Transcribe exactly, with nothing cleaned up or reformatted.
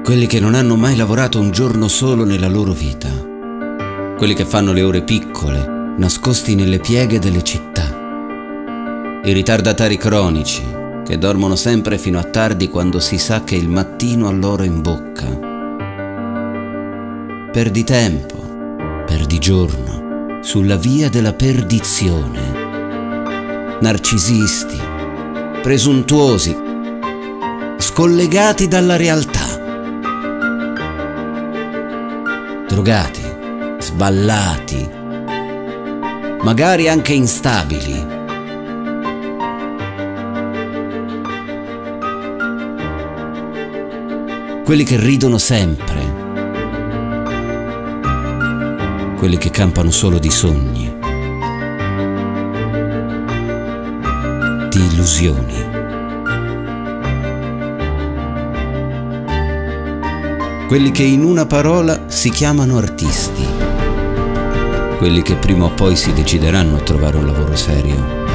quelli che non hanno mai lavorato un giorno solo nella loro vita, quelli che fanno le ore piccole, nascosti nelle pieghe delle città, i ritardatari cronici che dormono sempre fino a tardi quando si sa che il mattino ha loro in bocca. Perdi tempo, perdi giorno, sulla via della perdizione. Narcisisti, presuntuosi, scollegati dalla realtà, drogati, sballati, magari anche instabili. Quelli che ridono sempre, quelli che campano solo di sogni, di illusioni. Quelli che in una parola si chiamano artisti, quelli che prima o poi si decideranno a trovare un lavoro serio.